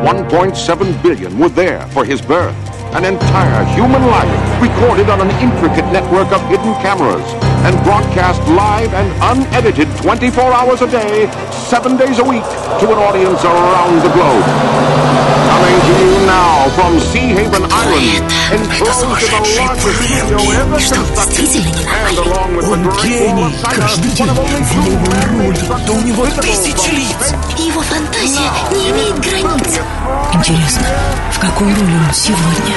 1.7 billion were there for his birth. An entire human life recorded on an intricate network of hidden cameras and broadcast live and unedited 24 hours a day, 7 days a week to an audience around the globe. Coming to you now from Sea Haven Island, enclosed in the largest studio ever constructed, and along with the гений. Каждый день новый ролик, да у него 1000 лиц. Его фантазия не имеет границ. Интересно, в какой роли он сегодня?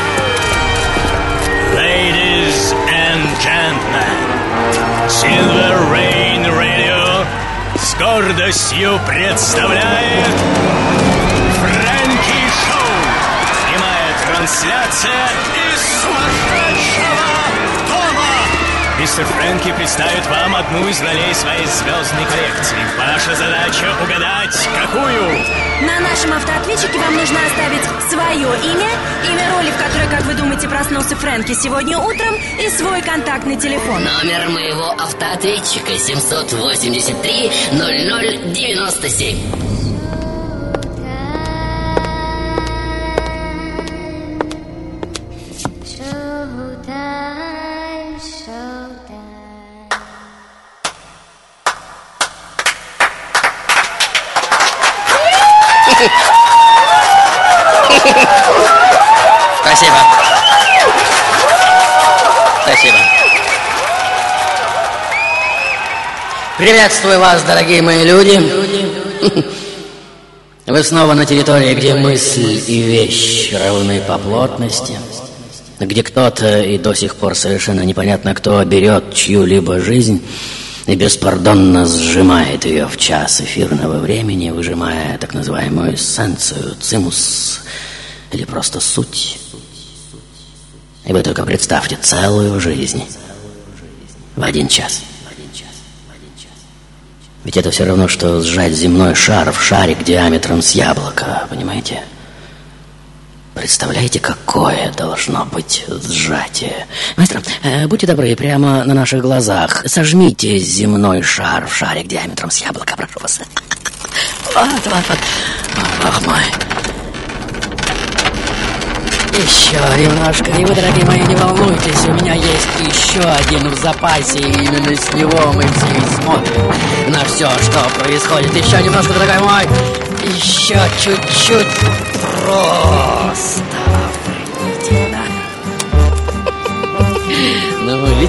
Ladies and gentlemen, Silver Rain Radio с гордостью представляет Фрэнки Шоу. Прямая трансляция из сумасшедшего дома. Мистер Фрэнки представит вам одну из ролей своей звездной коллекции. Ваша задача угадать, какую? На нашем автоответчике вам нужно оставить свое имя роли, в которой, как вы думаете, проснулся Фрэнки сегодня утром, и свой контактный телефон. Номер моего автоответчика 783 0097. Спасибо. Спасибо. Приветствую вас, дорогие мои люди. Вы снова на территории, где мысль и вещь равны по плотности, где кто-то, и до сих пор совершенно непонятно кто, берет чью-либо жизнь и беспардонно сжимает ее в час эфирного времени, выжимая так называемую эссенцию, цимус или просто суть. И вы только представьте целую жизнь в 1 час. Ведь это все равно, что сжать земной шар в шарик диаметром с яблоко, понимаете? Представляете, какое должно быть сжатие? Маэстро, будьте добры, прямо на наших глазах сожмите земной шар в шарик диаметром с яблоко, прошу вас. Вот. Ах мой. Еще немножко, и вы, дорогие мои, не волнуйтесь, у меня есть еще один в запасе, и именно с него мы все и смотрим на все, что происходит. Еще немножко, дорогой мой, еще чуть-чуть, просто охренительно. Ну, вы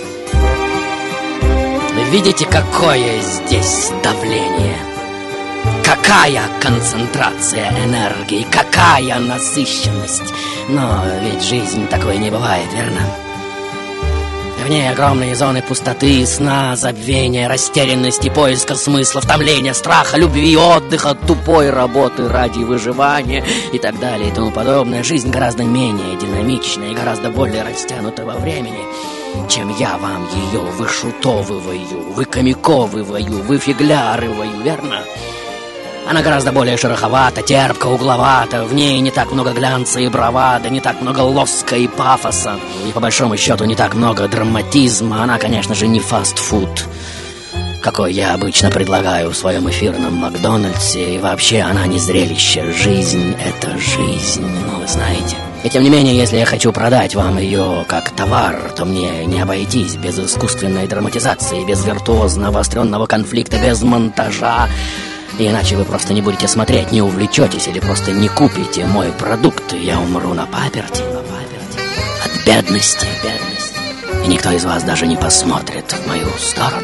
видите, какое здесь давление? Какая концентрация энергии, какая насыщенность. Но ведь жизнь такой не бывает, верно? В ней огромные зоны пустоты, сна, забвения, растерянности, поиска смысла, втомления, страха, любви, отдыха, тупой работы ради выживания и так далее и тому подобное. Жизнь гораздо менее динамичная и гораздо более растянута во времени, чем я вам ее вышутовываю, выкомиковываю, выфиглярываю, верно? Она гораздо более шероховата, терпка, угловата. В ней не так много глянца и бравада, не так много лоска и пафоса. И по большому счету не так много драматизма. Она, конечно же, не фастфуд, какой я обычно предлагаю в своем эфирном Макдональдсе. И вообще она не зрелище. Жизнь — это жизнь, ну вы знаете. И тем не менее, если я хочу продать вам ее как товар, то мне не обойтись без искусственной драматизации, без виртуозно обостренного конфликта, без монтажа. Иначе вы просто не будете смотреть, не увлечетесь или просто не купите мой продукт, и я умру на паперти от бедности. И никто из вас даже не посмотрит в мою сторону.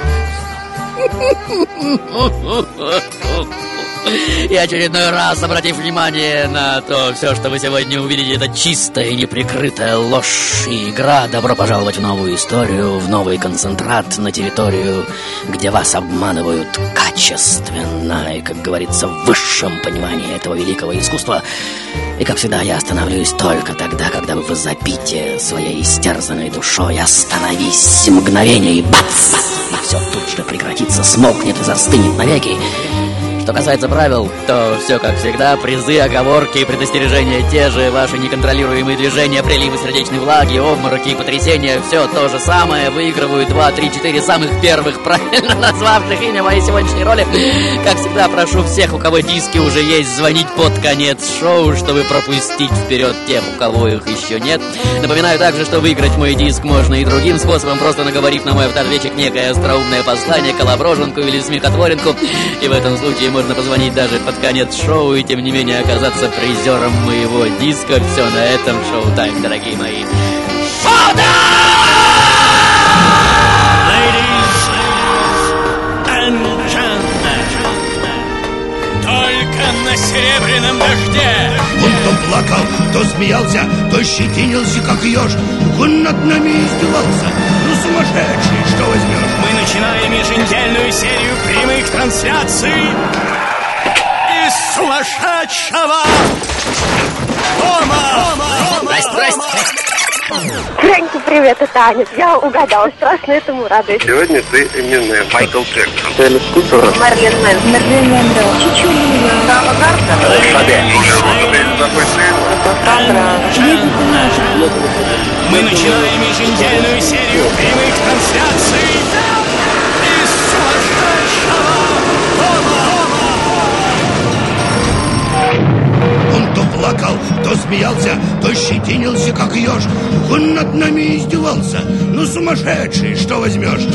И очередной раз, обратив внимание на то, все, что вы сегодня увидите, это чистая и неприкрытая ложь и игра. Добро пожаловать в новую историю, в новый концентрат, на территорию, где вас обманывают качественно и, как говорится, в высшем понимании этого великого искусства. И, как всегда, я остановлюсь только тогда, когда вы возопите своей истерзанной душой: остановись, мгновение, и бац! И все тут же прекратится, смолкнет и застынет навеки. Что касается правил, то все как всегда. Призы, оговорки и предостережения те же. Ваши неконтролируемые движения, приливы сердечной влаги, обмороки и потрясения. Все то же самое. Выигрывают 2, 3, 4 самых первых правильно назвавших имя моей сегодняшней роли. Как всегда, прошу всех, у кого диски уже есть, звонить под конец шоу, чтобы пропустить вперед тех, у кого их еще нет. Напоминаю также, что выиграть мой диск можно и другим способом, просто наговорив на мой автоответчик некое остроумное послание, колоброженку или смехотворенку. И в этом случае можно позвонить даже под конец шоу и тем не менее оказаться призером моего диска. Все на этом шоу-тайм, дорогие мои. Шоу-тайм! Ladies and gentlemen, только на серебряном дожде. Он то плакал, то смеялся, то щетинился, как еж. Он над нами издевался. Ну, сумасшедший, что возьмешь? Мы начинаем еженедельную серию прямых трансляций из сумасшедшего дома. Здрасте. Фрэнки, привет, это Аня. Я угадала, страшно этому радуюсь. Сегодня ты Эминем, Майкл Джексон, Мерлин Мэнсон, Мерлин Монро, Чичулина, Сава Гартер, Мы начинаем еженедельную серию прямых трансляций из сумасшедшего дома. Он то плакал, то смеялся, то щетинился, как еж. Он над нами издевался. Ну, сумасшедший, что возьмешь?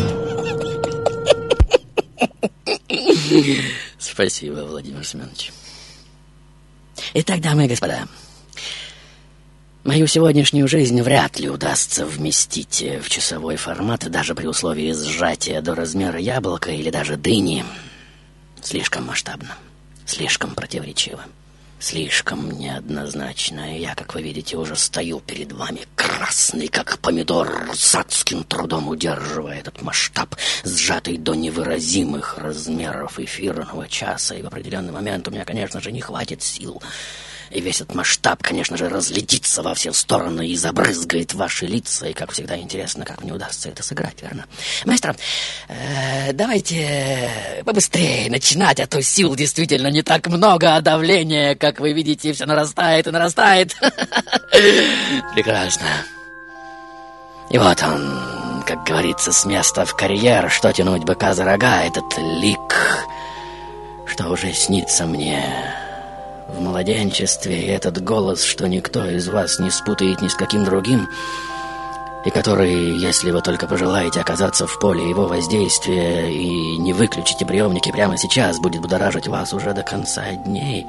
Спасибо, Владимир Семенович. Итак, дамы и господа, мою сегодняшнюю жизнь вряд ли удастся вместить в часовой формат, даже при условии сжатия до размера яблока или даже дыни. Слишком масштабно, слишком противоречиво, слишком неоднозначно. И я, как вы видите, уже стою перед вами, красный, как помидор, с адским трудом удерживая этот масштаб, сжатый до невыразимых размеров эфирного часа. И в определенный момент у меня, конечно же, не хватит сил. И весь этот масштаб, конечно же, разлетится во все стороны и забрызгает ваши лица. И, как всегда, интересно, как мне удастся это сыграть, верно? Маэстро, давайте побыстрее начинать, а то сил действительно не так много, а давление, как вы видите, все нарастает и нарастает. Прекрасно. И вот он, как говорится, с места в карьер, что тянуть быка за рога, этот лик, что уже снится мне в младенчестве, и этот голос, что никто из вас не спутает ни с каким другим, и который, если вы только пожелаете оказаться в поле его воздействия и не выключите приемники прямо сейчас, будет будоражить вас уже до конца дней.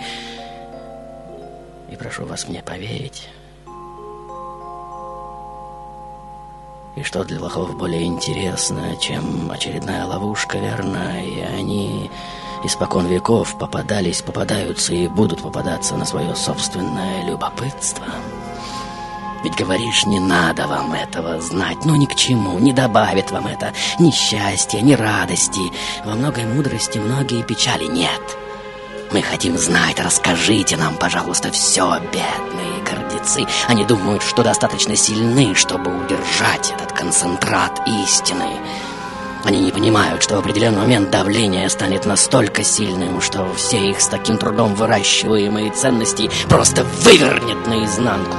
И прошу вас мне поверить. И что для лохов более интересно, чем очередная ловушка, верно? И они испокон веков попадались, попадаются и будут попадаться на свое собственное любопытство. Ведь говоришь, не надо вам этого знать, но ни к чему, не добавит вам это ни счастья, ни радости, во многой мудрости, многие печали нет. Мы хотим знать, расскажите нам, пожалуйста, все, бедные гордецы. Они думают, что достаточно сильны, чтобы удержать этот концентрат истины. Они не понимают, что в определенный момент давление станет настолько сильным, что все их с таким трудом выращиваемые ценности просто вывернет наизнанку.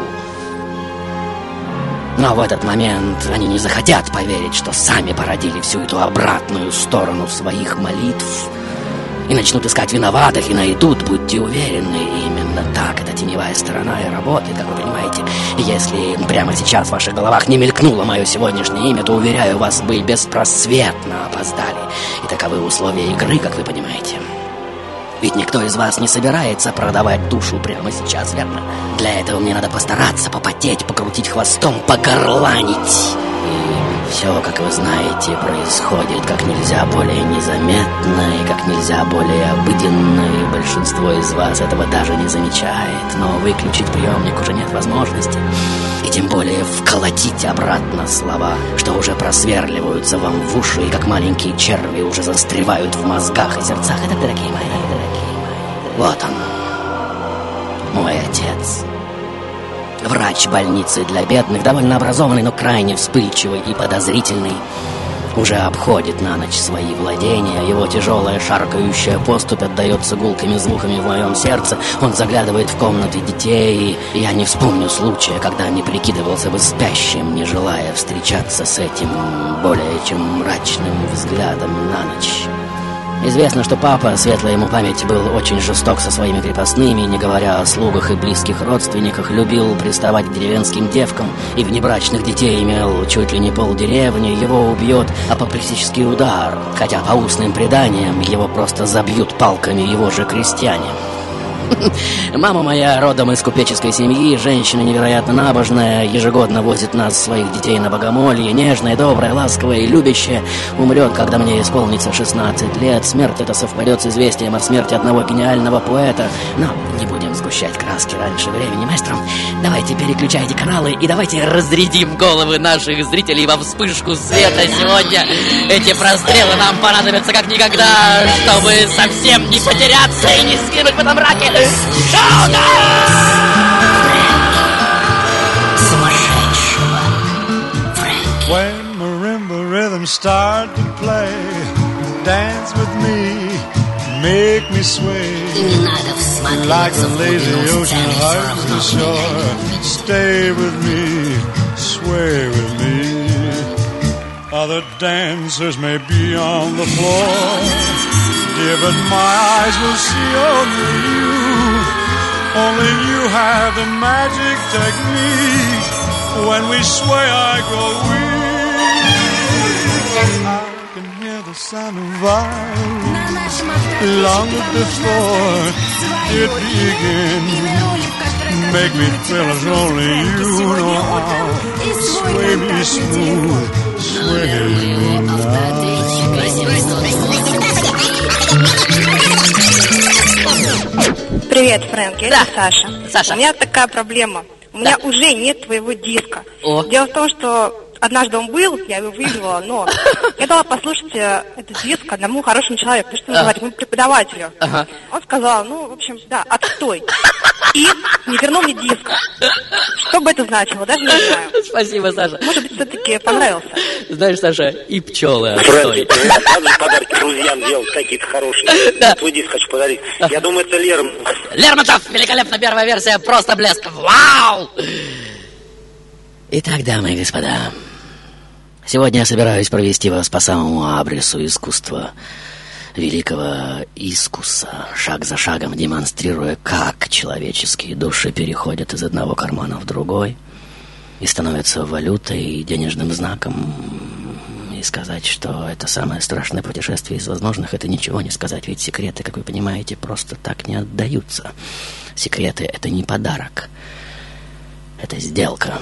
Но в этот момент они не захотят поверить, что сами породили всю эту обратную сторону своих молитв и начнут искать виноватых, и найдут, будьте уверены. И именно так эта теневая сторона и работает, как вы понимаете. И если прямо сейчас в ваших головах не мелькнуло мое сегодняшнее имя, то, уверяю вас, вы беспросветно опоздали. И таковы условия игры, как вы понимаете. Ведь никто из вас не собирается продавать душу прямо сейчас, верно? Для этого мне надо постараться, попотеть, покрутить хвостом, погорланить. И все, как вы знаете, происходит как нельзя более незаметно и как нельзя более обыденно, и большинство из вас этого даже не замечает. Но выключить приемник уже нет возможности. И тем более вколотить обратно слова, что уже просверливаются вам в уши, и как маленькие черви уже застревают в мозгах и сердцах. Это, дорогие мои, вот он, мой отец. Врач больницы для бедных, довольно образованный, но крайне вспыльчивый и подозрительный. уже обходит на ночь свои владения. Его тяжелая шаркающая поступь отдается гулкими звуками в моем сердце. Он заглядывает в комнаты детей, и я не вспомню случая, когда не прикидывался бы спящим, не желая встречаться с этим более чем мрачным взглядом на ночь. Известно, что папа, светлая ему память, был очень жесток со своими крепостными, не говоря о слугах и близких родственниках, любил приставать к деревенским девкам и внебрачных детей имел чуть ли не полдеревни. Его убьет апоплексический удар, хотя по устным преданиям его просто забьют палками его же крестьяне. Мама моя родом из купеческой семьи, женщина невероятно набожная, ежегодно возит нас, своих детей, на богомолье, нежная, добрая, ласковая и любящая. Умрет, когда мне исполнится 16 лет. Смерть эта совпадет с известием о смерти одного гениального поэта. Но не будем сгущать краски раньше времени, маэстро. Давайте переключайте каналы и давайте разрядим головы наших зрителей во вспышку света сегодня. Эти прострелы нам понадобятся как никогда, чтобы совсем не потеряться и не скинуть в этом мраке. When marimba rhythms start to play, dance with me, make me sway like a lazy ocean hugs the shore. Stay with me, sway with me. Other dancers may be on the floor, dear, but my eyes will see only you. Only you have the magic technique. When we sway, I grow weak. I can hear the sound of violins long before it begins. Make me feel as only you know how. Sway me smooth, sway me now. Привет, Фрэнк, это Саша. Саша. У меня такая проблема. У меня уже нет твоего диска. Дело в том, что однажды он был, я его выиграла, но я дала послушать этот диск одному хорошему человеку, то, что называется, моему преподавателю. Он сказал, ну, в общем, да, отстой. И не вернул мне диск. Что бы это значило, даже не знаю. Спасибо, Саша. Может быть, все-таки понравился. Знаешь, Саша, и пчелы отстой. Надо подарки друзьям делать какие-то хорошие. Да. Твой диск хочу подарить. Я думаю, это Лермонтов. Лермонтов! Великолепно, первая версия, просто блеск. Вау! Итак, дамы и господа, сегодня я собираюсь провести вас по самому абрису искусства, великого искуса, шаг за шагом демонстрируя, как человеческие души переходят из одного кармана в другой и становятся валютой и денежным знаком. И сказать, что это самое страшное путешествие из возможных, это ничего не сказать, ведь секреты, как вы понимаете, просто так не отдаются. Секреты — это не подарок, это сделка.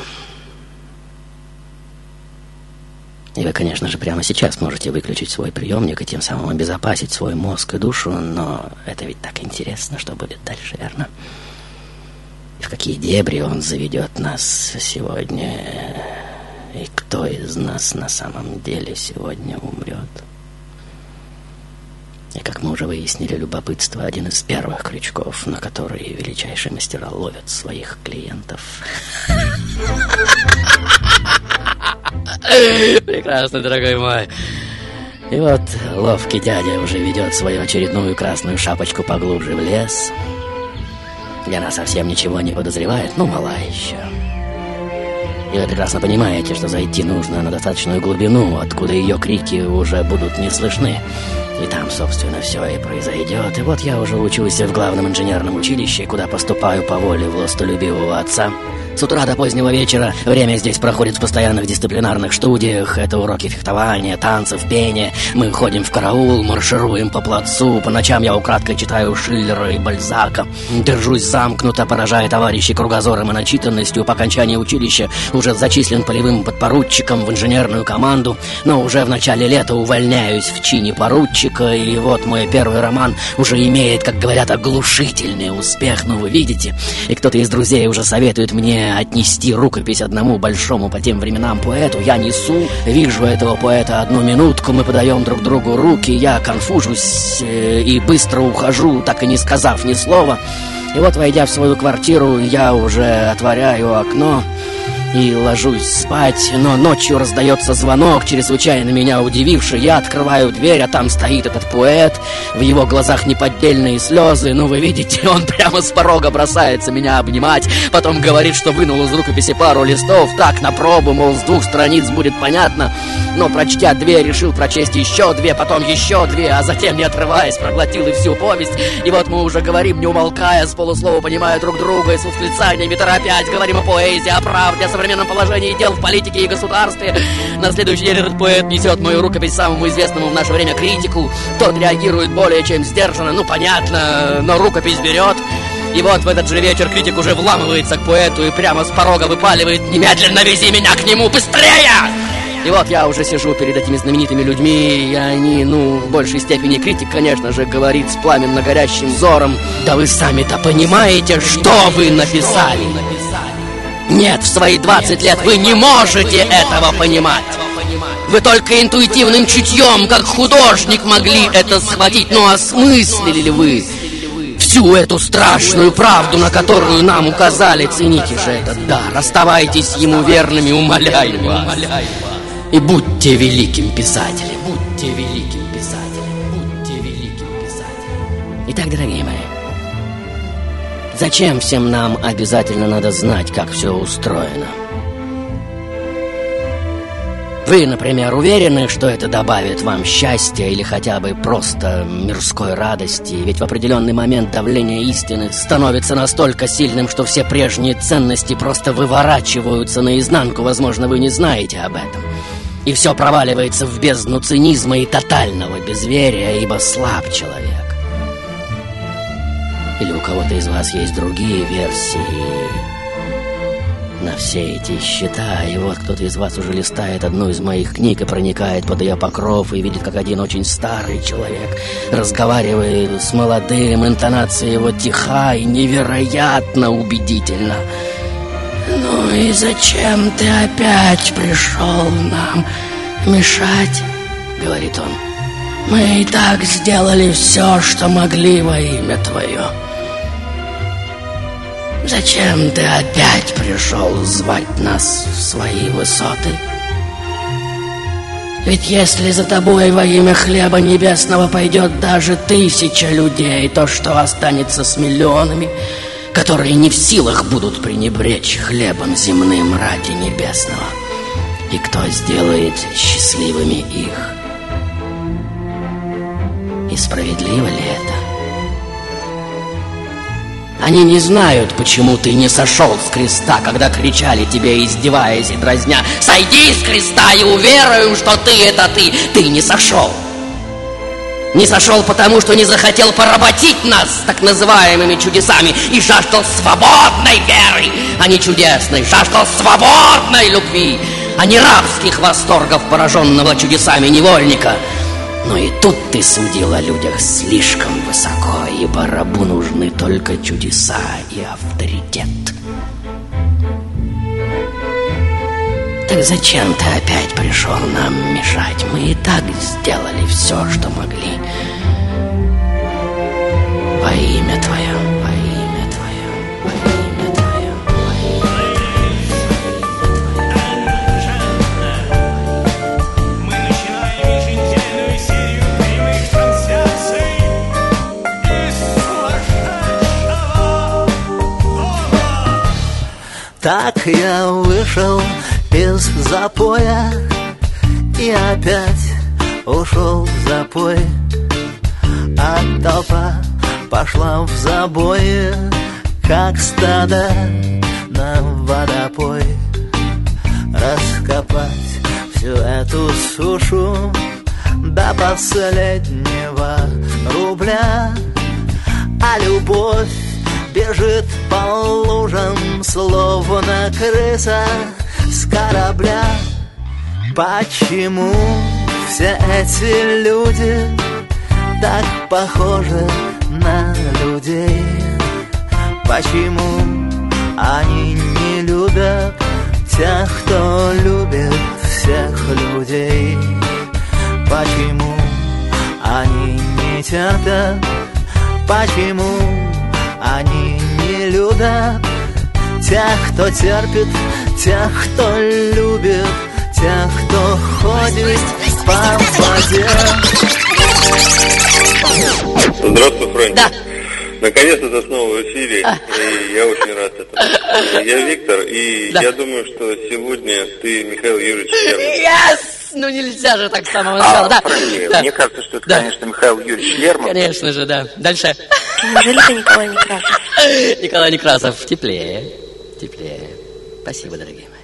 И вы, конечно же, прямо сейчас можете выключить свой приемник и тем самым обезопасить свой мозг и душу, но это ведь так интересно, что будет дальше, верно? И в какие дебри он заведет нас сегодня, и кто из нас на самом деле сегодня умрет. И, как мы уже выяснили, любопытство — один из первых крючков, на которые величайшие мастера ловят своих клиентов. Прекрасно, дорогой мой. И вот ловкий дядя уже ведет свою очередную красную шапочку поглубже в лес, где она совсем ничего не подозревает, ну, мала еще. И вы прекрасно понимаете, что зайти нужно на достаточную глубину, откуда ее крики уже будут не слышны. И там, собственно, все и произойдет. И вот я уже учусь в главном инженерном училище, куда поступаю по воле властолюбивого отца. С утра до позднего вечера время здесь проходит в постоянных дисциплинарных студиях. Это уроки фехтования, танцев, пения. Мы ходим в караул, маршируем по плацу. По ночам я украдкой читаю Шиллера и Бальзака. Держусь замкнуто, поражая товарищей кругозором и начитанностью. По окончании училища уже зачислен полевым подпоручиком в инженерную команду. Но уже в начале лета увольняюсь в чине поручика. И вот мой первый роман уже имеет, как говорят, оглушительный успех. Ну, вы видите. И кто-то из друзей уже советует мне отнести рукопись одному большому по тем временам поэту. Я несу, вижу этого поэта одну минутку, мы подаем друг другу руки, я конфужусь и быстро ухожу, так и не сказав ни слова. И вот, войдя в свою квартиру, я уже отворяю окно и ложусь спать, но ночью раздается звонок, чрезвычайно меня удививший. Я открываю дверь, а там стоит этот поэт. В его глазах неподдельные слезы. Ну, вы видите, он прямо с порога бросается меня обнимать. Потом говорит, что вынул из рукописи пару листов. Так, на пробу, мол, с 2 страниц будет понятно. Но, прочтя 2, решил прочесть еще 2, потом еще 2, а затем, не отрываясь, проглотил и всю повесть. И вот мы уже говорим, не умолкая, с полуслова понимая друг друга, и с восклицаниями опять говорим о поэзии, о правде, о современном положении дел в политике и государстве. На следующий день этот поэт несет мою рукопись самому известному в наше время критику. Тот реагирует более чем сдержанно, ну понятно, но рукопись берет. И вот в этот же вечер критик уже вламывается к поэту и прямо с порога выпаливает: «Немедленно вези меня к нему, быстрее!» И вот я уже сижу перед этими знаменитыми людьми, и они, в большей степени критик, конечно же, говорит с пламенно горящим взором: «Да вы сами-то понимаете, что вы написали? Нет, в свои 20 лет вы не можете этого понимать. Вы только интуитивным чутьем, как художник, могли это схватить. Но осмыслили ли вы всю эту страшную правду, на которую нам указали? Цените же этот дар, оставайтесь ему верными, умоляю вас. И будьте великим писателем, будьте великим писателем, будьте великим писателем». Итак, дорогие мои, зачем всем нам обязательно надо знать, как все устроено? Вы, например, уверены, что это добавит вам счастья или хотя бы просто мирской радости? Ведь в определенный момент давление истины становится настолько сильным, что все прежние ценности просто выворачиваются наизнанку. Возможно, вы не знаете об этом. И все проваливается в бездну цинизма и тотального безверия, ибо слаб человек. Или у кого-то из вас есть другие версии на все эти счета? И вот кто-то из вас уже листает одну из моих книг и проникает под ее покров и видит, как один очень старый человек разговаривает с молодым, интонация его тиха и невероятно убедительна. «Ну и зачем ты опять пришел нам мешать?» — говорит он. «Мы и так сделали все, что могли во имя твое. Зачем ты опять пришел звать нас в свои высоты? Ведь если за тобой во имя хлеба небесного пойдет даже 1000 людей, то что останется с миллионами, которые не в силах будут пренебречь хлебом земным ради небесного? И кто сделает счастливыми их? И справедливо ли это? Они не знают, почему ты не сошел с креста, когда кричали тебе, издеваясь и дразня: «Сойди с креста и уверуем, что ты — это ты!» Ты не сошел. Не сошел потому, что не захотел поработить нас так называемыми чудесами и жаждал свободной веры, а не чудесной, жаждал свободной любви, а не рабских восторгов пораженного чудесами невольника. Но и тут ты судил о людях слишком высоко, ибо рабу нужны только чудеса и авторитет. Так зачем ты опять пришел нам мешать? Мы и так сделали все, что могли. Во имя твое, во имя твое, во имя твое, во имя твое. Мы начинаем еженедельную серию прямых трансляций из сумасшедшего дома. Так я вышел из запоя и опять ушел в запой, а толпа пошла в забой, как стадо на водопой. Раскопать всю эту сушу до последнего рубля, а любовь бежит по лужам, словно крыса с корабля. Почему все эти люди так похожи на людей? Почему они не любят тех, кто любит всех людей? Почему они не терпят? Почему они не любят тех, кто терпит, тех, кто любит, тех, кто ходит по воде. Здравствуй, Фрэнки. Да. Наконец-то ты снова в эфире, и я очень рад этому. Я Виктор, и я думаю, что сегодня ты Михаил Юрьевич Лермонтов. Yes! Ну нельзя же так с самого начала, да. Фрэнки, Да. мне кажется, что это, конечно, Михаил Юрьевич Лермонтов. Конечно же, да. Дальше. Неужели это Николай Некрасов? Николай Некрасов, теплее, теплее. Спасибо, дорогие мои.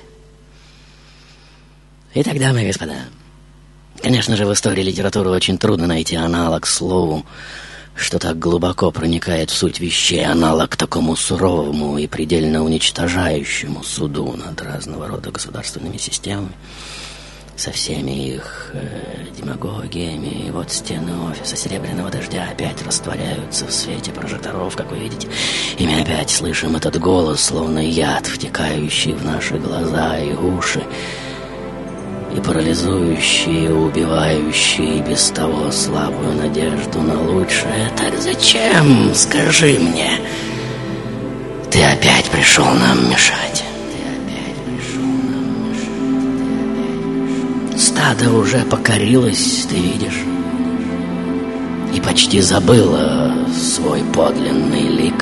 Итак, дамы и господа, конечно же, в истории литературы очень трудно найти аналог слову, что так глубоко проникает в суть вещей, аналог такому суровому и предельно уничтожающему суду над разного рода государственными системами, со всеми их демагогиями. И вот стены офиса Серебряного дождя опять растворяются в свете прожекторов, как вы видите. И мы опять слышим этот голос, словно яд, втекающий в наши глаза и уши, и парализующий, и убивающий без того слабую надежду на лучшее. Так зачем, скажи мне, ты опять пришел нам мешать? Стадо уже покорилось, ты видишь, и почти забыло свой подлинный лик.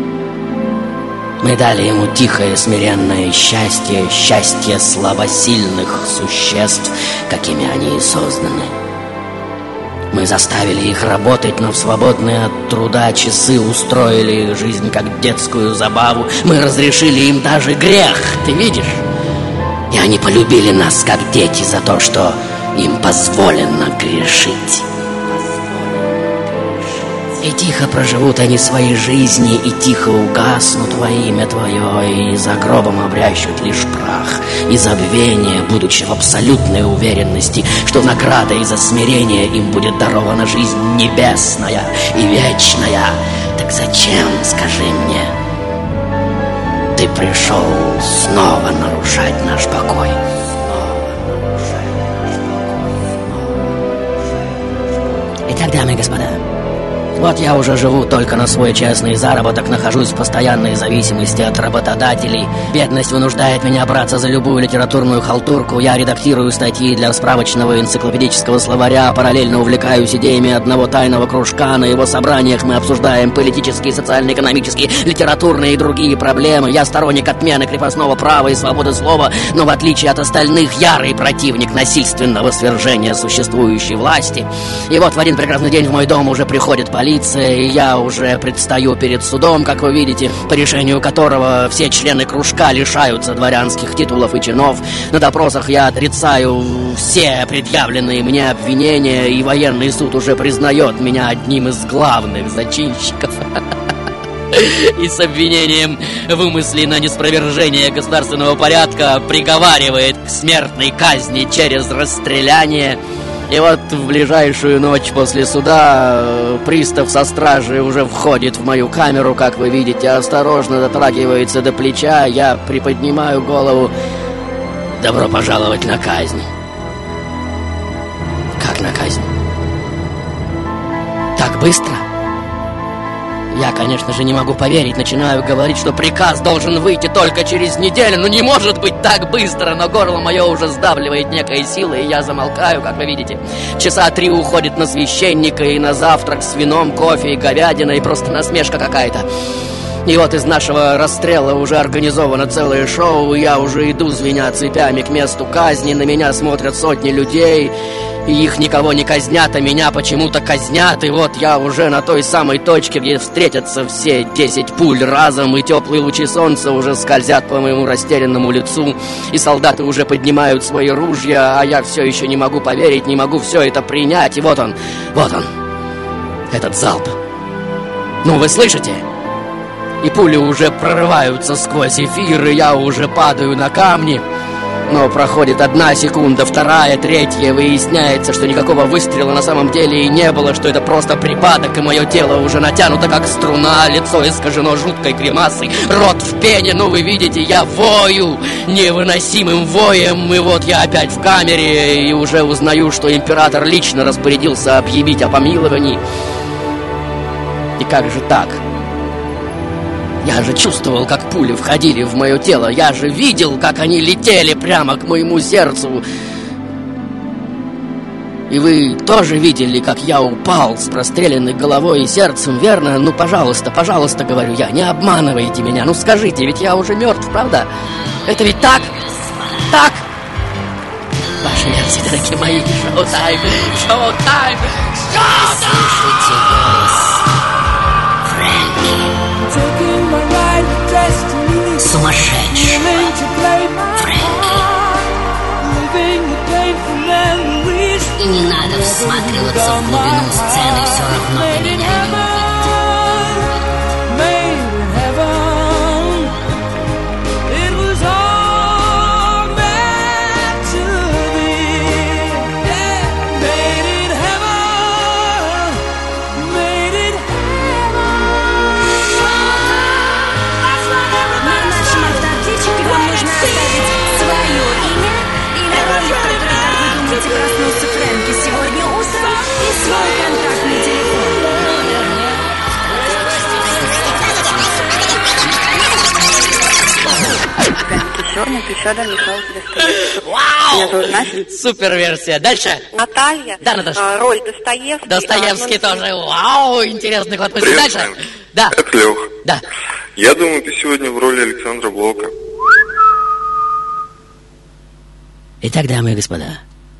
Мы дали ему тихое, смиренное счастье, счастье слабосильных существ, какими они и созданы. Мы заставили их работать, но в свободные от труда часы устроили их жизнь как детскую забаву. Мы разрешили им даже грех, ты видишь? И они полюбили нас, как дети, за то, что им позволено грешить. И тихо проживут они свои жизни, и тихо угаснут во имя Твое, и за гробом обрящут лишь прах и забвение, будучи в абсолютной уверенности, что наградой за смирение им будет дарована жизнь небесная и вечная. Так зачем, скажи мне, ты пришел снова нарушать наш покой? Итак, дамы и господа, вот я уже живу только на свой честный заработок, нахожусь в постоянной зависимости от работодателей. Бедность вынуждает меня браться за любую литературную халтурку. Я редактирую статьи для справочного энциклопедического словаря, параллельно увлекаюсь идеями одного тайного кружка. На его собраниях мы обсуждаем политические, социально-экономические, литературные и другие проблемы. Я сторонник отмены крепостного права и свободы слова, но в отличие от остальных, ярый противник насильственного свержения существующей власти. И вот в один прекрасный день в мой дом уже приходит полиция, и я уже предстаю перед судом, как вы видите, по решению которого все члены кружка лишаются дворянских титулов и чинов. На допросах я отрицаю все предъявленные мне обвинения, и военный суд уже признает меня одним из главных зачинщиков. И с обвинением в умысле на неспровержение государственного порядка приговаривает к смертной казни через расстреляние. И вот в ближайшую ночь после суда пристав со стражей уже входит в мою камеру, как вы видите, осторожно дотрагивается до плеча, я приподнимаю голову. Добро пожаловать на казнь. Как на казнь? Так быстро? Я, конечно же, не могу поверить, начинаю говорить, что приказ должен выйти только через неделю. Ну не может быть так быстро, но горло мое уже сдавливает некая сила, и я замолкаю, как вы видите. Часа 3 уходит на священника и на завтрак с вином, кофе и говядиной, просто насмешка какая-то. И вот из нашего расстрела уже организовано целое шоу. Я уже иду, звеня цепями, к месту казни. На меня смотрят сотни людей, и их никого не казнят, а меня почему-то казнят. И вот я уже на той самой точке, где встретятся все 10 пуль разом, и теплые лучи солнца уже скользят по моему растерянному лицу, и солдаты уже поднимают свои ружья, а я все еще не могу поверить, не могу все это принять. И вот он, этот залп. Ну, вы слышите? И пули уже прорываются сквозь эфир, и я уже падаю на камни. Но проходит 1 секунда, 2, 3, выясняется, что никакого выстрела на самом деле и не было, что это просто припадок, и мое тело уже натянуто как струна, лицо искажено жуткой гримасой, рот в пене, ну вы видите, я вою невыносимым воем, и вот я опять в камере, и уже узнаю, что император лично распорядился объявить о помиловании. И как же так? Я же чувствовал, как пули входили в мое тело. Я же видел, как они летели прямо к моему сердцу. И вы тоже видели, как я упал с простреленной головой и сердцем, верно? Ну, пожалуйста, пожалуйста, говорю я, не обманывайте меня. Ну, скажите, ведь я уже мертв, правда? Это ведь так? Так? Ваши мерси, дорогие мои, шоу-тайм, шоу-тайм, Слушайте голос Фрэнки. Сумасшедшего Фрэнки. И не надо всматриваться в глубину сцены, все равно вы меня не увидите. Проснулся Фрэнки сегодня утром и свой контактный телефон. Вау! Супер версия. Дальше. Наталья. Да, Наташа. Роль Достоевский. Достоевский тоже. Вау! Интересный ход мысли. Дальше. Да. Это Лех. Да. Я думаю, ты сегодня в роли Александра Блока. Итак, дамы и господа,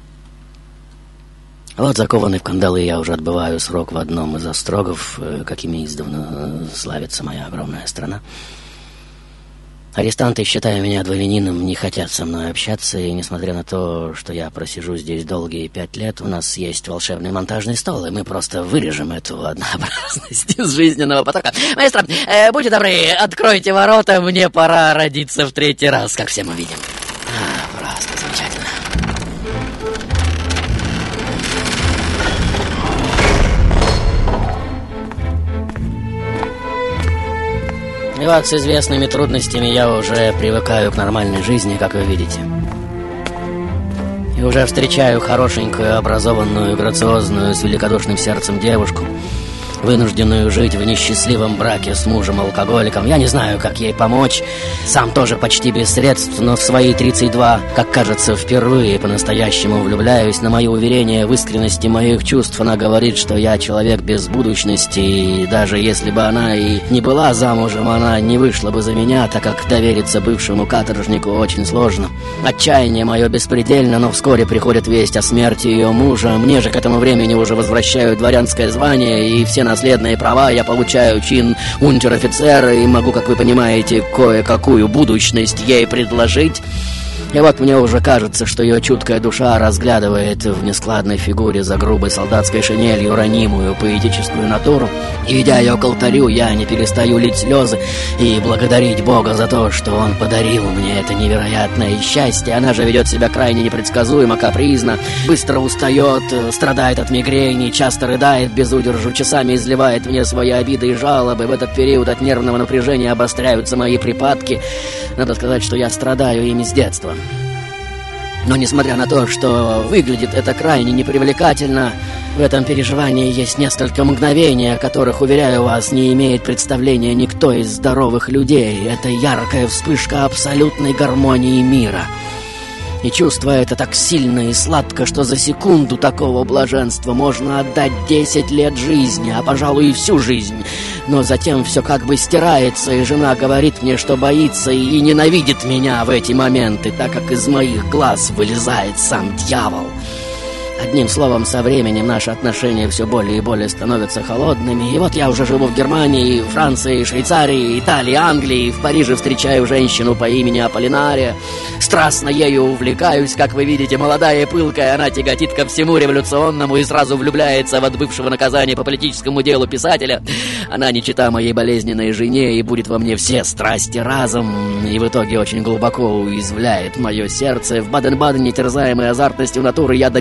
вот закованный в кандалы я уже отбываю срок в одном из острогов, какими издавна славится моя огромная страна. Арестанты, считая меня дворянином, не хотят со мной общаться, и несмотря на то, что я просижу здесь долгие 5 лет, у нас есть волшебный монтажный стол, и мы просто вырежем эту однообразность из жизненного потока. Маэстро, будьте добры, откройте ворота, мне пора родиться в 3-й раз, как все мы видим. Просто замечательно. И вот с известными трудностями я уже привыкаю к нормальной жизни, как вы видите. И уже встречаю хорошенькую, образованную, грациозную, с великодушным сердцем девушку, вынужденную жить в несчастливом браке с мужем-алкоголиком. Я не знаю, как ей помочь. Сам тоже почти без средств, но в свои 32, как кажется, впервые по-настоящему влюбляюсь. На мои уверения в искренности моих чувств она говорит, что я человек без будущности. И даже если бы она и не была замужем, она не вышла бы за меня, так как довериться бывшему каторжнику очень сложно. Отчаяние мое беспредельно, но вскоре приходит весть о смерти ее мужа. Мне же к этому времени уже возвращают дворянское звание и все наследные права, я получаю чин унтер-офицера и могу, как вы понимаете, кое-какую будущность ей предложить. И вот мне уже кажется, что ее чуткая душа разглядывает в нескладной фигуре за грубой солдатской шинелью ранимую поэтическую натуру. И, идя ее к алтарю, я не перестаю лить слезы и благодарить Бога за то, что Он подарил мне это невероятное счастье. Она же ведет себя крайне непредсказуемо, капризно, быстро устает, страдает от мигрени, часто рыдает без удержу, часами изливает мне свои обиды и жалобы. В этот период от нервного напряжения обостряются мои припадки. Надо сказать, что я страдаю ими с детства. Но несмотря на то, что выглядит это крайне непривлекательно, в этом переживании есть несколько мгновений, о которых, уверяю вас, не имеет представления никто из здоровых людей. Это яркая вспышка абсолютной гармонии мира. И чувство это так сильно и сладко, что за секунду такого блаженства можно отдать 10 лет жизни, а, пожалуй, и всю жизнь. Но затем все как бы стирается, и жена говорит мне, что боится и ненавидит меня в эти моменты, так как из моих глаз вылезает сам дьявол. Одним словом, со временем наши отношения все более и более становятся холодными. И вот я уже живу в Германии, Франции, Швейцарии, Италии, Англии. В Париже встречаю женщину по имени Аполлинария. Страстно ею увлекаюсь, как вы видите, молодая и пылкая. Она тяготит ко всему революционному и сразу влюбляется в отбывшего наказания по политическому делу писателя. Она не чета моей болезненной жене и будет во мне все страсти разом. И в итоге очень глубоко уязвляет мое сердце. В Баден-Бадене, терзаемой азартностью натуры, я до безумия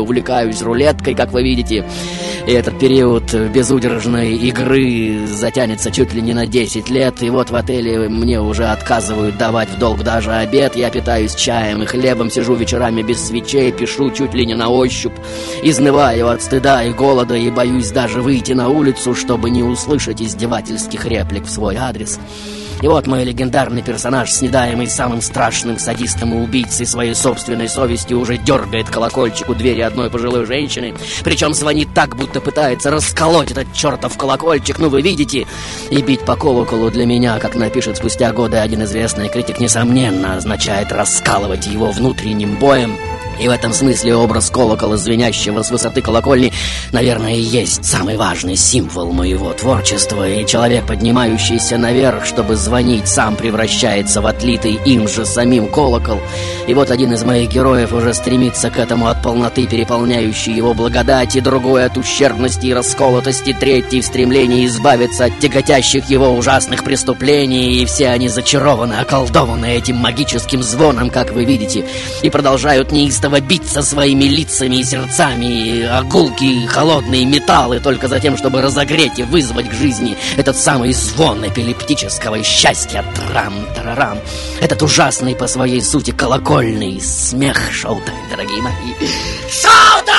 увлекаюсь рулеткой, как вы видите. И этот период безудержной игры затянется чуть ли не на 10 лет. И вот в отеле мне уже отказывают давать в долг даже обед. Я питаюсь чаем и хлебом, сижу вечерами без свечей, пишу чуть ли не на ощупь. Изнываю от стыда и голода и боюсь даже выйти на улицу, чтобы не услышать издевательских реплик в свой адрес. И вот мой легендарный персонаж, снедаемый самым страшным садистом и убийцей своей собственной совестью, уже дергает колокольчик у двери одной пожилой женщины. Причем звонит так, будто пытается расколоть этот чертов колокольчик, ну вы видите. И бить по колоколу для меня, как напишет спустя годы один известный критик, несомненно означает раскалывать его внутренним боем. И в этом смысле образ колокола, звенящего с высоты колокольни, наверное, и есть самый важный символ моего творчества. И человек, поднимающийся наверх, чтобы звонить, сам превращается в отлитый им же самим колокол. И вот один из моих героев уже стремится к этому от полноты, переполняющей его благодати, другой от ущербности и расколотости, третий в стремлении избавиться от тяготящих его ужасных преступлений. И все они зачарованы, околдованы этим магическим звоном, как вы видите, и продолжают неистово биться своими лицами и сердцами, огулки, холодные металлы, только за тем, чтобы разогреть и вызвать к жизни этот самый звон эпилептического счастья. Трам-тарарам. Этот ужасный по своей сути колокольный смех. Шоу-тайм, дорогие мои. Шоу-тайм!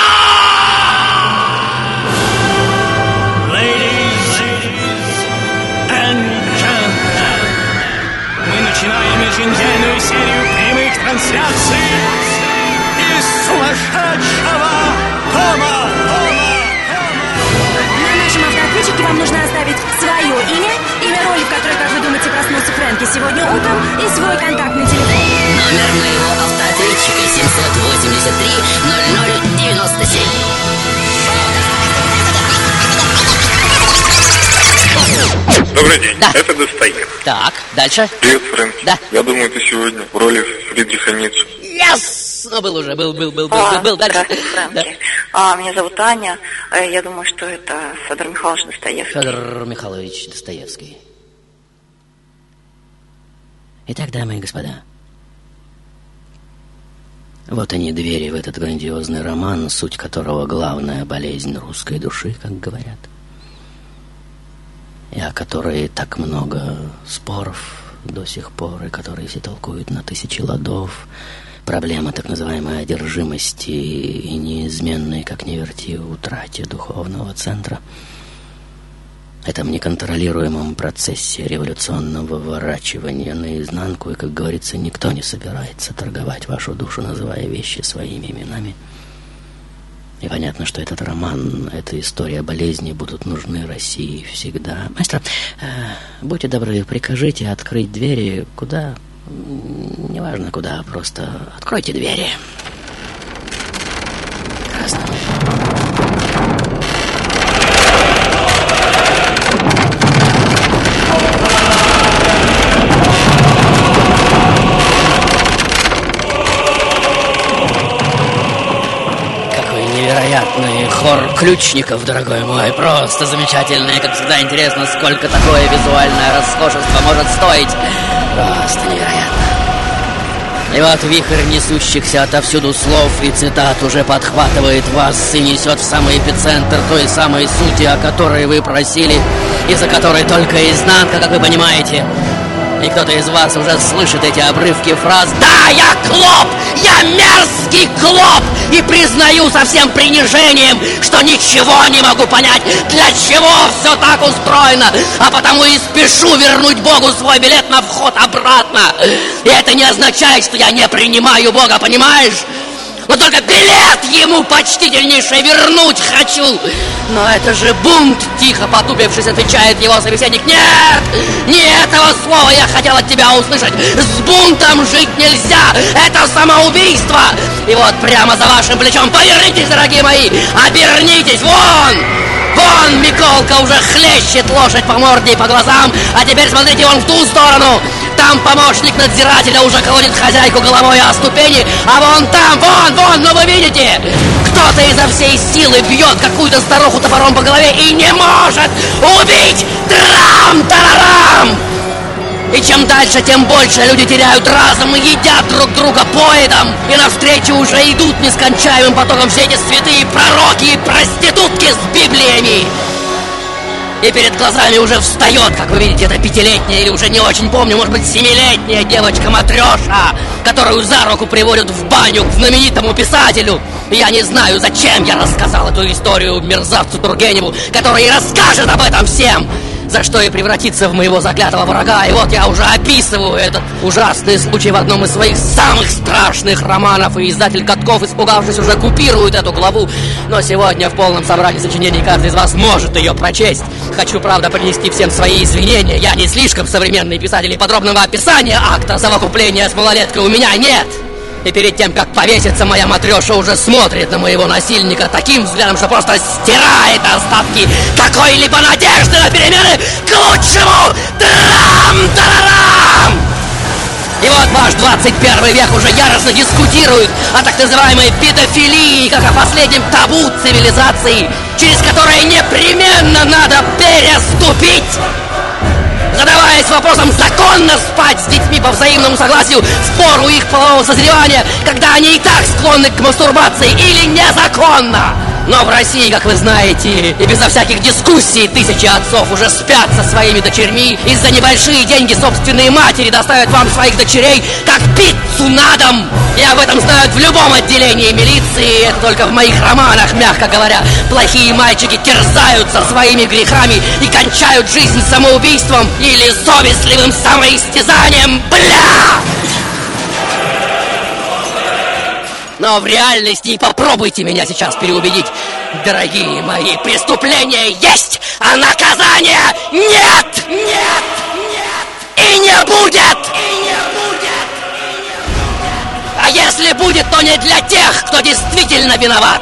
Ladies and gentlemen, мы начинаем еженедельную серию прямых трансляций из сумасшедшего дома. На нашем автоответчике вам нужно оставить свое имя роли, в которой, как вы думаете, проснулся Фрэнки сегодня утром, и свой контактный телефон. Номер моего автоответчика 783-00-97. Добрый день, да. Это Достоевский. Так, дальше. Привет, Фрэнки. Да. Я думаю, ты сегодня в роли Фридриха Ницше. Yes! Ну, был уже, был. Дальше. Фрэнки. Меня зовут Аня. Я думаю, что это Федор Михайлович Достоевский. Федор Михайлович Достоевский. Итак, дамы и господа, вот они, двери в этот грандиозный роман, суть которого главная болезнь русской души, как говорят, и о которой так много споров до сих пор, и которые все толкуют на тысячи ладов. Проблема так называемой одержимости и неизменной, как ни верти, утрате духовного центра. Этом неконтролируемом процессе революционного выворачивания наизнанку, и, как говорится, никто не собирается торговать вашу душу, называя вещи своими именами. И понятно, что этот роман, эта история болезни будут нужны России всегда. Маэстро, будьте добры, прикажите открыть двери куда... Неважно куда, просто откройте двери. Прекрасно. Какой невероятный хор ключников, дорогой мой. Просто замечательный. Как всегда интересно, сколько такое визуальное роскошество может стоить. Просто невероятно. И вот вихрь несущихся отовсюду слов и цитат уже подхватывает вас и несет в самый эпицентр той самой сути, о которой вы просили, и за которой только изнанка, как вы понимаете. И кто-то из вас уже слышит эти обрывки фраз: «Да, я клоп! Я мерзкий клоп! И признаю со всем пренижением, что ничего не могу понять, для чего все так устроено, а потому и спешу вернуть Богу свой билет на вход обратно. И это не означает, что я не принимаю Бога, понимаешь? Но только билет ему почтительнейше вернуть хочу. Но это же бунт, тихо потупившись, отвечает его собеседник. Нет, не этого слова я хотел от тебя услышать. С бунтом жить нельзя, это самоубийство. И вот прямо за вашим плечом, повернитесь, дорогие мои, обернитесь, вон! Вон Миколка уже хлещет лошадь по морде и по глазам. А теперь смотрите вон в ту сторону. Там помощник надзирателя уже колотит хозяйку головой о ступени. А вон там, вон, ну вы видите? Кто-то изо всей силы бьет какую-то старуху топором по голове и не может убить. Трам-тарарам! И чем дальше, тем больше люди теряют разум и едят друг друга поедом. И навстречу уже идут нескончаемым потоком все эти святые пророки и проститутки с Библиями. И перед глазами уже встает, как вы видите, эта 5-летняя или уже не очень помню, может быть, 7-летняя девочка-матрёша, которую за руку приводят в баню к знаменитому писателю. И я не знаю, зачем я рассказал эту историю мерзавцу Тургеневу, который и расскажет об этом всем, за что и превратится в моего заклятого врага. И вот я уже описываю этот ужасный случай в одном из своих самых страшных романов. И издатель Катков, испугавшись, уже купирует эту главу. Но сегодня в полном собрании сочинений каждый из вас может ее прочесть. Хочу, правда, принести всем свои извинения. Я не слишком современный писатель, и подробного описания акта совокупления с малолеткой у меня нет. И перед тем, как повеситься, моя матрёша уже смотрит на моего насильника таким взглядом, что просто стирает остатки какой-либо надежды на перемены к лучшему. Трам-тарарам! И вот ваш 21 век уже яростно дискутирует о так называемой педофилии, как о последнем табу цивилизации, через которое непременно надо переступить. Задаваясь вопросом, законно спать с детьми по взаимному согласию в пору их полового созревания, когда они и так склонны к мастурбации, или незаконно. Но в России, как вы знаете, и безо всяких дискуссий тысячи отцов уже спят со своими дочерьми и за небольшие деньги собственные матери доставят вам своих дочерей как пиццу на дом. И об этом знают в любом отделении милиции. Это только в моих романах, мягко говоря, плохие мальчики терзаются своими грехами и кончают жизнь самоубийством или совестливым самоистязанием. Бля! Но в реальности и попробуйте меня сейчас переубедить. Дорогие мои, преступления есть, а наказания нет! Нет! Нет! И не будет! И не будет! А если будет, то не для тех, кто действительно виноват.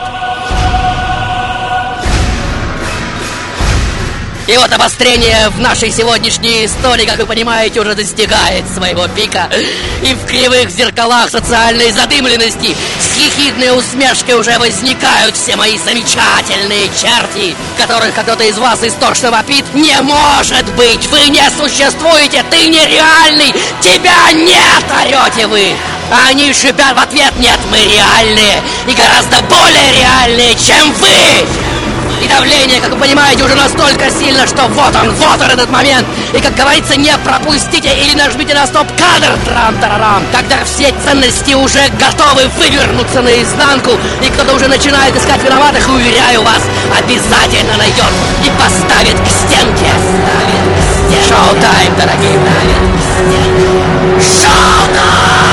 И вот обострение в нашей сегодняшней истории, как вы понимаете, уже достигает своего пика. И в кривых зеркалах социальной задымленности с ехидной усмешкой уже возникают все мои замечательные черти, которых кто-то из вас истошно вопит: не может быть, вы не существуете, ты нереальный, тебя нет, орете вы. А они шипят в ответ: нет, мы реальные и гораздо более реальные, чем вы. И давление, как вы понимаете, уже настолько сильно, что вот он этот момент. И, как говорится, не пропустите или нажмите на стоп-кадр, трам-тарарам, когда все ценности уже готовы вывернуться наизнанку, и кто-то уже начинает искать виноватых, и, уверяю вас, обязательно найдет и поставит к стенке. Шоу-тайм, дорогие. Шоу-тайм!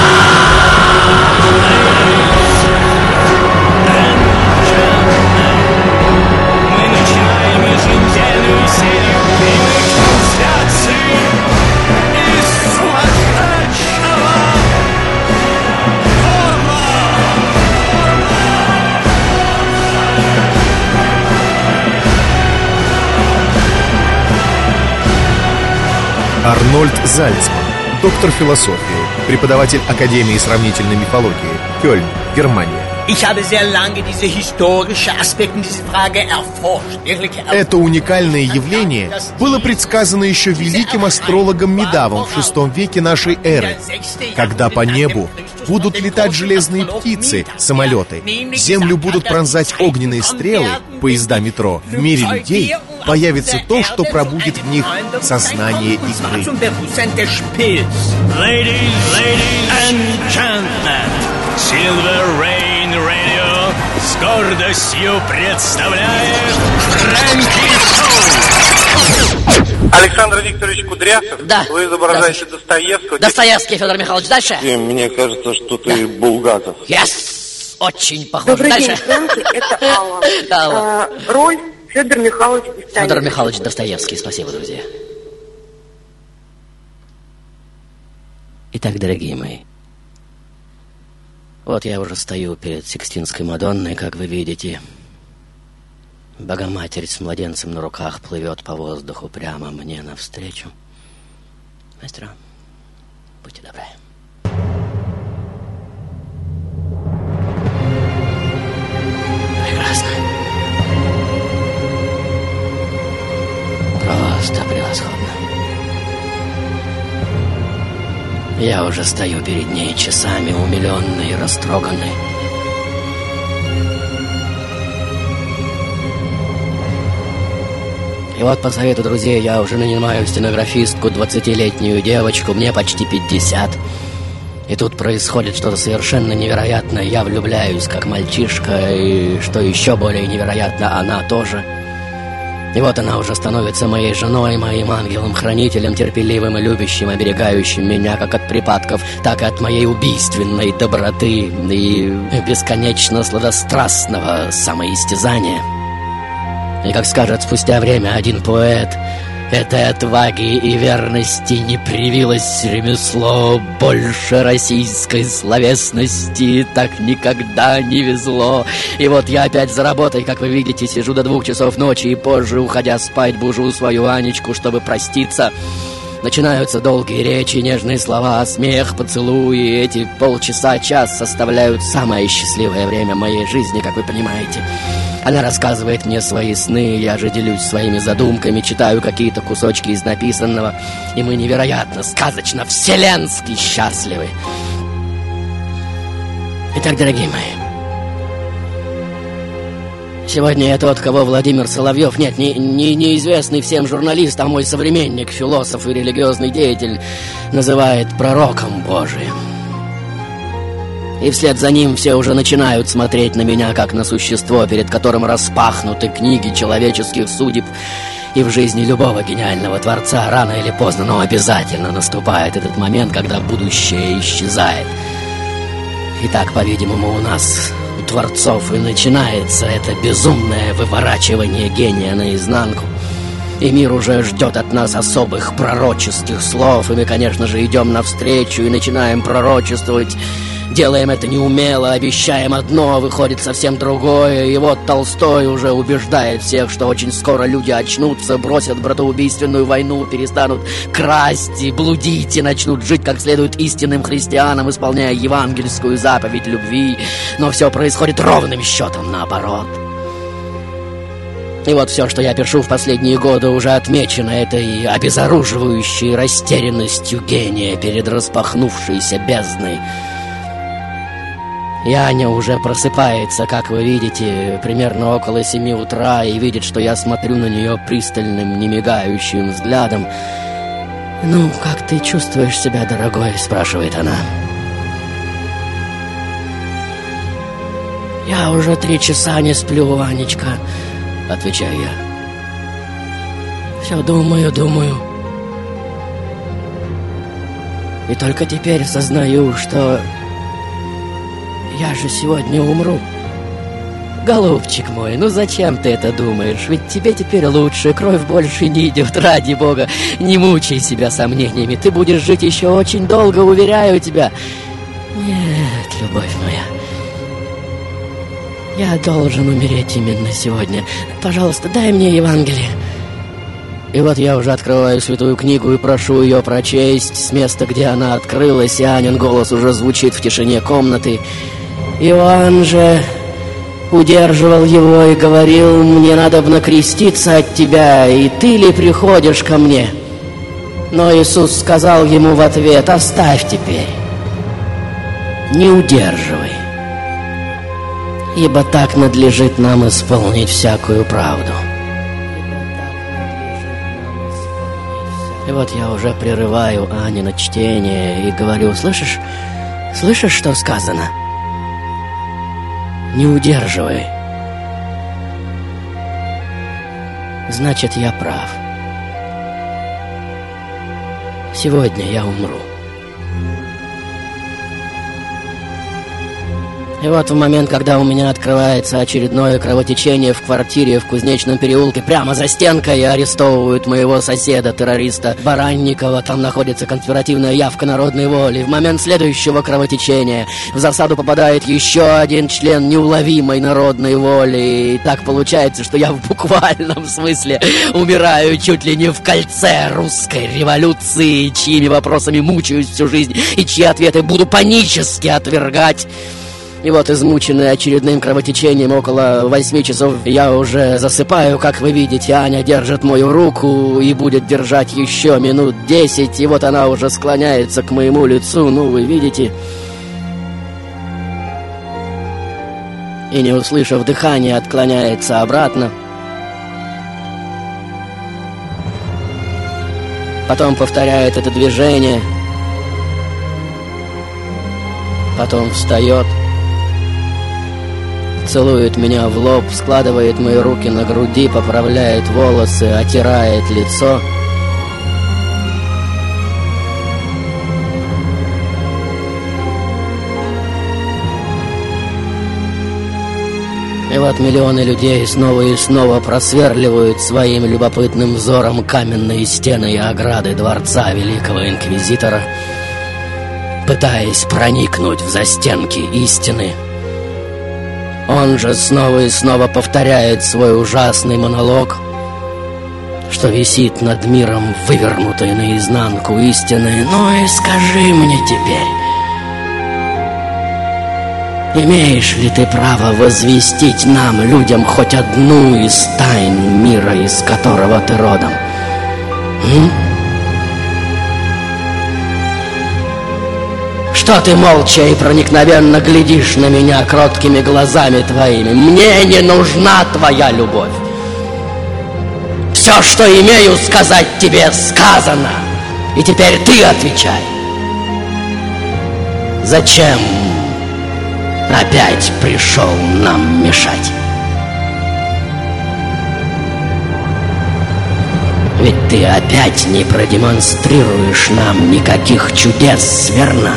Арнольд Зальцман, доктор философии, преподаватель Академии сравнительной мифологии, Кёльн, Германия. Это уникальное явление было предсказано еще великим астрологом Медавом в VI веке нашей эры, когда по небу будут летать железные птицы, самолеты, землю будут пронзать огненные стрелы, поезда метро. В мире людей появится то, что пробудит в них сознание игры. Silver Rain Radio с гордостью представляет Фрэнки Шоу. Александр Викторович Кудрявцев. Да. Вы изображаете Достоевского. Достоевский, Федор Михайлович. Дальше. Мне кажется, что ты Булгаков. Yes. Очень похож. Добрый Дальше. день, Фрэнки. Это Алла. Да, Алла. Роль Федор Михайлович Достоевский. Федор Михайлович Достоевский. Спасибо, друзья. Итак, дорогие мои, вот я уже стою перед Сикстинской Мадонной, как вы видите. Богоматерь с младенцем на руках плывет по воздуху прямо мне навстречу. Мастера, будьте добры. Прекрасно. Просто превосходно. Я уже стою перед ней часами, умиленный и растроганный. И вот по совету друзей я уже нанимаю стенографистку, 20-летнюю девочку, мне почти 50. И тут происходит что-то совершенно невероятное. Я влюбляюсь, как мальчишка, и, что еще более невероятно, она тоже. И вот она уже становится моей женой, моим ангелом-хранителем, терпеливым и любящим, оберегающим меня как от припадков, так и от моей убийственной доброты и бесконечно сладострастного самоистязания. И, как скажет спустя время один поэт, этой отваги и верности не привилось ремесло, больше российской словесности так никогда не везло. И вот я опять за работой, как вы видите, сижу до 2 часов ночи, и позже, уходя спать, бужу свою Анечку, чтобы проститься. Начинаются долгие речи, нежные слова, смех, поцелуи. Эти полчаса-час составляют самое счастливое время моей жизни, как вы понимаете. Она рассказывает мне свои сны, я же делюсь своими задумками, читаю какие-то кусочки из написанного, и мы невероятно, сказочно, вселенски счастливы. Итак, дорогие мои, сегодня я тот, кого Владимир Соловьев, нет, неизвестный всем журналист, а мой современник, философ и религиозный деятель, называет пророком Божиим. И вслед за ним все уже начинают смотреть на меня, как на существо, перед которым распахнуты книги человеческих судеб. И в жизни любого гениального творца рано или поздно, но обязательно наступает этот момент, когда будущее исчезает. И так, по-видимому, у нас, у творцов, и начинается это безумное выворачивание гения наизнанку. И мир уже ждет от нас особых пророческих слов, и мы, конечно же, идем навстречу и начинаем пророчествовать. Делаем это неумело, обещаем одно, выходит совсем другое. И вот Толстой уже убеждает всех, что очень скоро люди очнутся, бросят братоубийственную войну, перестанут красть и блудить, и начнут жить как следует истинным христианам, исполняя евангельскую заповедь любви. Но все происходит ровным счетом наоборот. И вот все, что я пишу в последние годы, уже отмечено этой обезоруживающей растерянностью гения перед распахнувшейся бездной. И Аня уже просыпается, как вы видите, примерно около 7 утра, и видит, что я смотрю на нее пристальным, немигающим взглядом. «Ну, как ты чувствуешь себя, дорогой?» — спрашивает она. «Я уже 3 часа не сплю, Анечка», — отвечаю я. «Все думаю. И только теперь сознаю, что... я же сегодня умру. Голубчик мой, ну зачем ты это думаешь? Ведь тебе теперь лучше, кровь больше не идет, ради бога. Не мучай себя сомнениями, ты будешь жить еще очень долго, уверяю тебя. Нет, любовь моя, я должен умереть именно сегодня. Пожалуйста, дай мне Евангелие». И вот я уже открываю святую книгу и прошу ее прочесть с места, где она открылась, и Анин голос уже звучит в тишине комнаты. Иоанн же удерживал его и говорил: «Мне надобно креститься от тебя, и ты ли приходишь ко мне?» Но Иисус сказал ему в ответ: «Оставь теперь, не удерживай, ибо так надлежит нам исполнить всякую правду». И вот я уже прерываю Анино чтение и говорю: «Слышишь, что сказано? Не удерживай. Значит, я прав. Сегодня я умру». И вот в момент, когда у меня открывается очередное кровотечение в квартире в Кузнечном переулке, прямо за стенкой арестовывают моего соседа-террориста Баранникова. Там находится конспиративная явка Народной воли. В момент следующего кровотечения в засаду попадает еще один член неуловимой Народной воли. И так получается, что я в буквальном смысле умираю чуть ли не в кольце русской революции, чьими вопросами мучаюсь всю жизнь и чьи ответы буду панически отвергать. И вот, измученный очередным кровотечением, около 8 часов я уже засыпаю. Как вы видите, Аня держит мою руку и будет держать еще минут 10. И вот она уже склоняется к моему лицу, ну, вы видите. И, не услышав дыхания, отклоняется обратно. Потом повторяет это движение. Потом встает. Целует меня в лоб, складывает мои руки на груди, поправляет волосы, отирает лицо. И вот миллионы людей снова и снова просверливают своим любопытным взором каменные стены и ограды дворца Великого Инквизитора, пытаясь проникнуть в застенки истины. Он же снова и снова повторяет свой ужасный монолог, что висит над миром, вывернутой наизнанку истины. Ну и скажи мне теперь, имеешь ли ты право возвестить нам, людям, хоть одну из тайн мира, из которого ты родом? Что ты молча и проникновенно глядишь на меня кроткими глазами твоими? Мне не нужна твоя любовь. Все, что имею сказать тебе, сказано. И теперь ты отвечай. Зачем опять пришел нам мешать? Ведь ты опять не продемонстрируешь нам никаких чудес, верно?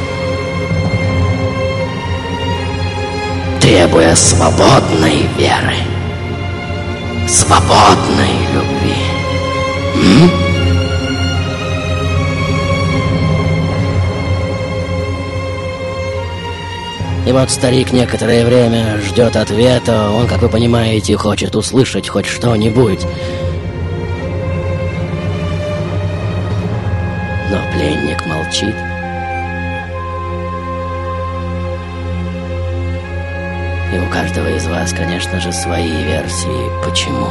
Требуя свободной веры, свободной любви. И вот старик некоторое время ждет ответа. Он, как вы понимаете, хочет услышать хоть что-нибудь. Но пленник молчит. И у каждого из вас, конечно же, свои версии. Почему?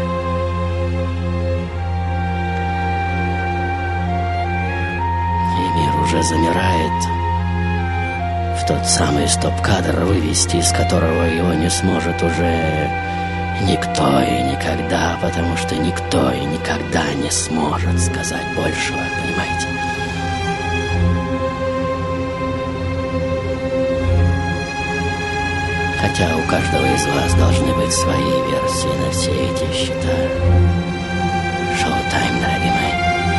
И мир уже замирает в тот самый стоп-кадр, вывести из которого его не сможет уже никто и никогда, потому что никто и никогда не сможет сказать большего, понимаете? Хотя у каждого из вас должны быть свои версии на все эти счета. Шоу-тайм, дорогие мои.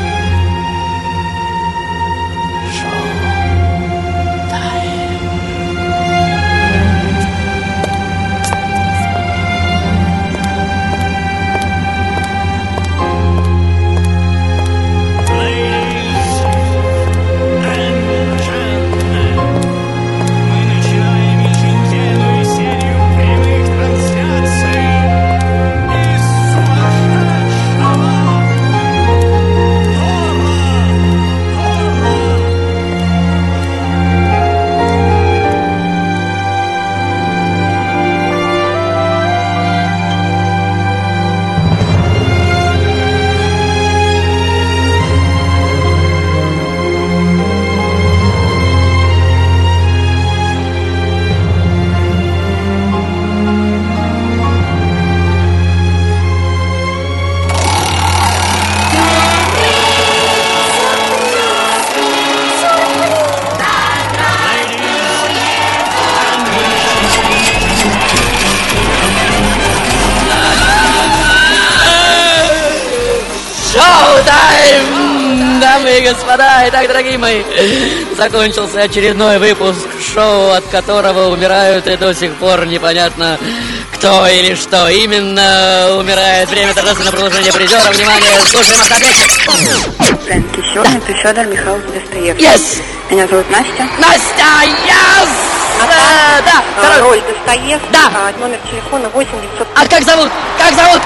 Дамы и господа, итак, дорогие мои, закончился очередной выпуск шоу, от которого умирают и до сих пор непонятно кто или что именно умирает. Время торжественного продолжения призера. Внимание, слушаем автоответчик. Фрэнки Шоу, это Федор Михайлович Достоевский. Yes. Меня зовут Настя. Настя, yes! Да. Роль Достоевский. Да. Номер телефона 8900. А как зовут? Как зовут?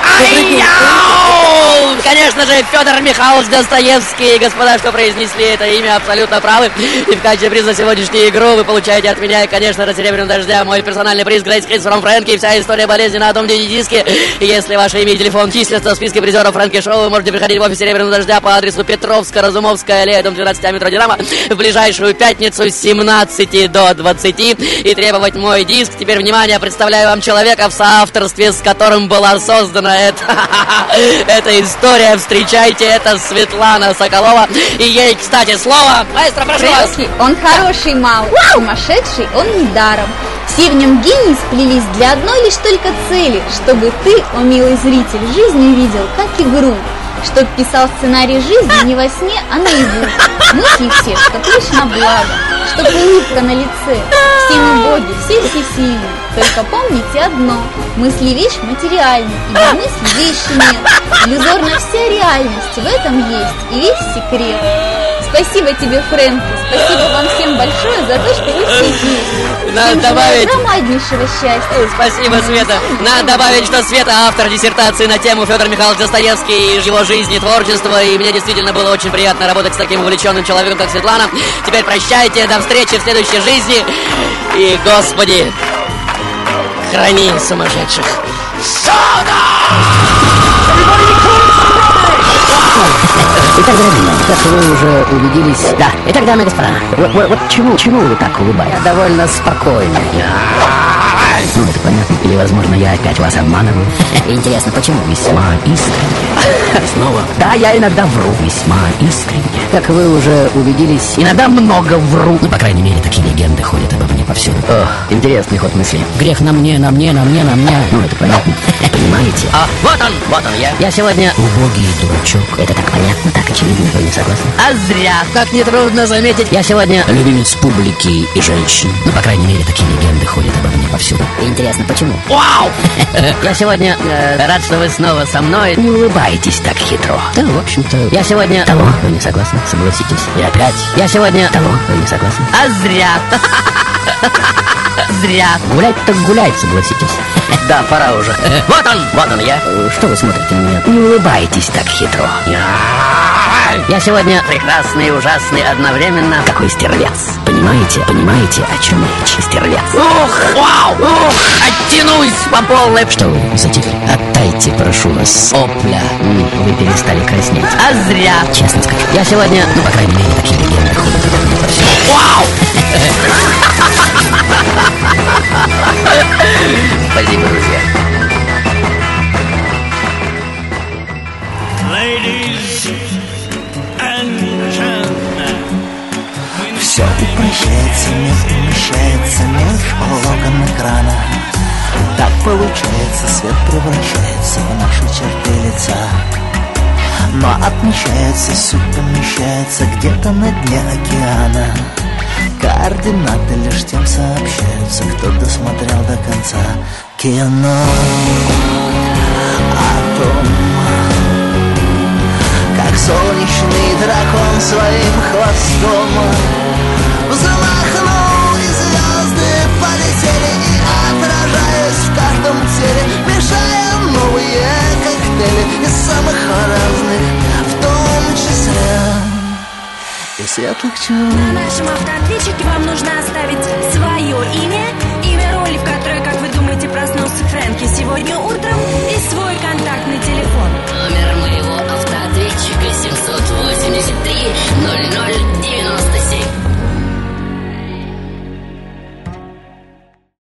Конечно же, Федор Михайлович Достоевский. Господа, что произнесли это имя, абсолютно правы. И в качестве приза за сегодняшнюю игру вы получаете от меня, конечно же, «Серебряного дождя», мой персональный приз Great Hits from Frankie и вся история болезни на одном диске. И если ваше имя и телефон числятся в списке призеров Фрэнки Шоу, вы можете приходить в офис «Серебряного дождя» по адресу Петровско-Разумовская аллея, дом 12, метро Динамо, в ближайшую пятницу с 17 до 20 и требовать мой диск. Теперь, внимание, представляю вам человека, в соавторстве с которым была создана эта история. Встречайте, это Светлана Соколова. И ей, кстати, слово. Маэстро, прошу вас. Он хороший малый, сумасшедший он недаром. Все в нем гении сплелись для одной лишь только цели, чтобы ты, о милый зритель, жизнь увидел как игру, чтоб писал сценарий жизни не во сне, а наяву. Мысли все, чтоб лишь на благо, чтоб улыбка на лице. Все мы боги, все всесильны. Только помните одно: мысли вещь материальна, и без мысли вещи нет. Иллюзорна вся реальность, в этом есть и весь секрет. Спасибо тебе, Фрэнки, спасибо вам всем большое за то, что вы все есть. Надо добавить громаднейшего счастья. Спасибо, Света. Надо добавить, что Света автор диссертации на тему Федор Михайлович Достоевский и его жизни и творчества. И мне действительно было очень приятно работать с таким увлеченным человеком, как Светлана. Теперь прощайте, до встречи в следующей жизни. И, Господи, храни сумасшедших. Итак, дорогие мои, как вы уже убедились... Да, итак, дамы и господа, вот чему вы так улыбаетесь? Довольно спокойно. Ну, это понятно. Или, возможно, я опять вас обманываю. Интересно, почему? Весьма искренне. Снова? Да, я иногда вру. Весьма искренне. Как вы уже убедились, иногда много вру. Ну, по крайней мере, такие легенды ходят обо мне повсюду. Ох, интересный ход мысли. Грех на мне. Ну, это понятно. Понимаете? Вот он я. Я сегодня убогий дурачок. Это так понятно, так очевидно. Вы не согласны? А зря. Как нетрудно заметить. Я сегодня любимец публики и женщин. Ну, по крайней мере, такие легенды ходят обо мне повсюду. Интересно, почему? Вау! Я сегодня рад, что вы снова со мной. Не улыбайтесь так хитро. Да, в общем-то, я сегодня... Того, вы не согласны? Согласитесь. И опять. Я сегодня... Того, вы не согласны? А зря. Зря. Гулять-то гулять, согласитесь. Да, пора уже. Вот он я. Что вы смотрите на меня? Не улыбайтесь так хитро. Я сегодня прекрасный и ужасный одновременно. Какой стервец. Понимаете, о чем речь? Стервец. Ух, вау, ух, оттянусь по полной. Что вы затихли? Отдайте, прошу вас, сопля. Вы перестали краснеть. А зря. Честно скажу. Я сегодня, ну, по крайней мере, такие легенды ходят обо мне повсюду. Вау! Спасибо, друзья. Все упрощается, не умещается, не в полугон экрана. Так получается, свет превращается в наши черты лица. Но отмечается, суть помещается где-то на дне океана. Координаты лишь тем сообщаются, кто досмотрел до конца кино о том, как солнечный дракон своим хвостом взмахнул, и звезды полетели, и отражаясь в каждом теле, мешая новые коктейли из самых разных, в том числе и светлых чувств. На нашем автоответчике вам нужно оставить свое имя роли, в которой, как вы думаете, проснулся Фрэнки сегодня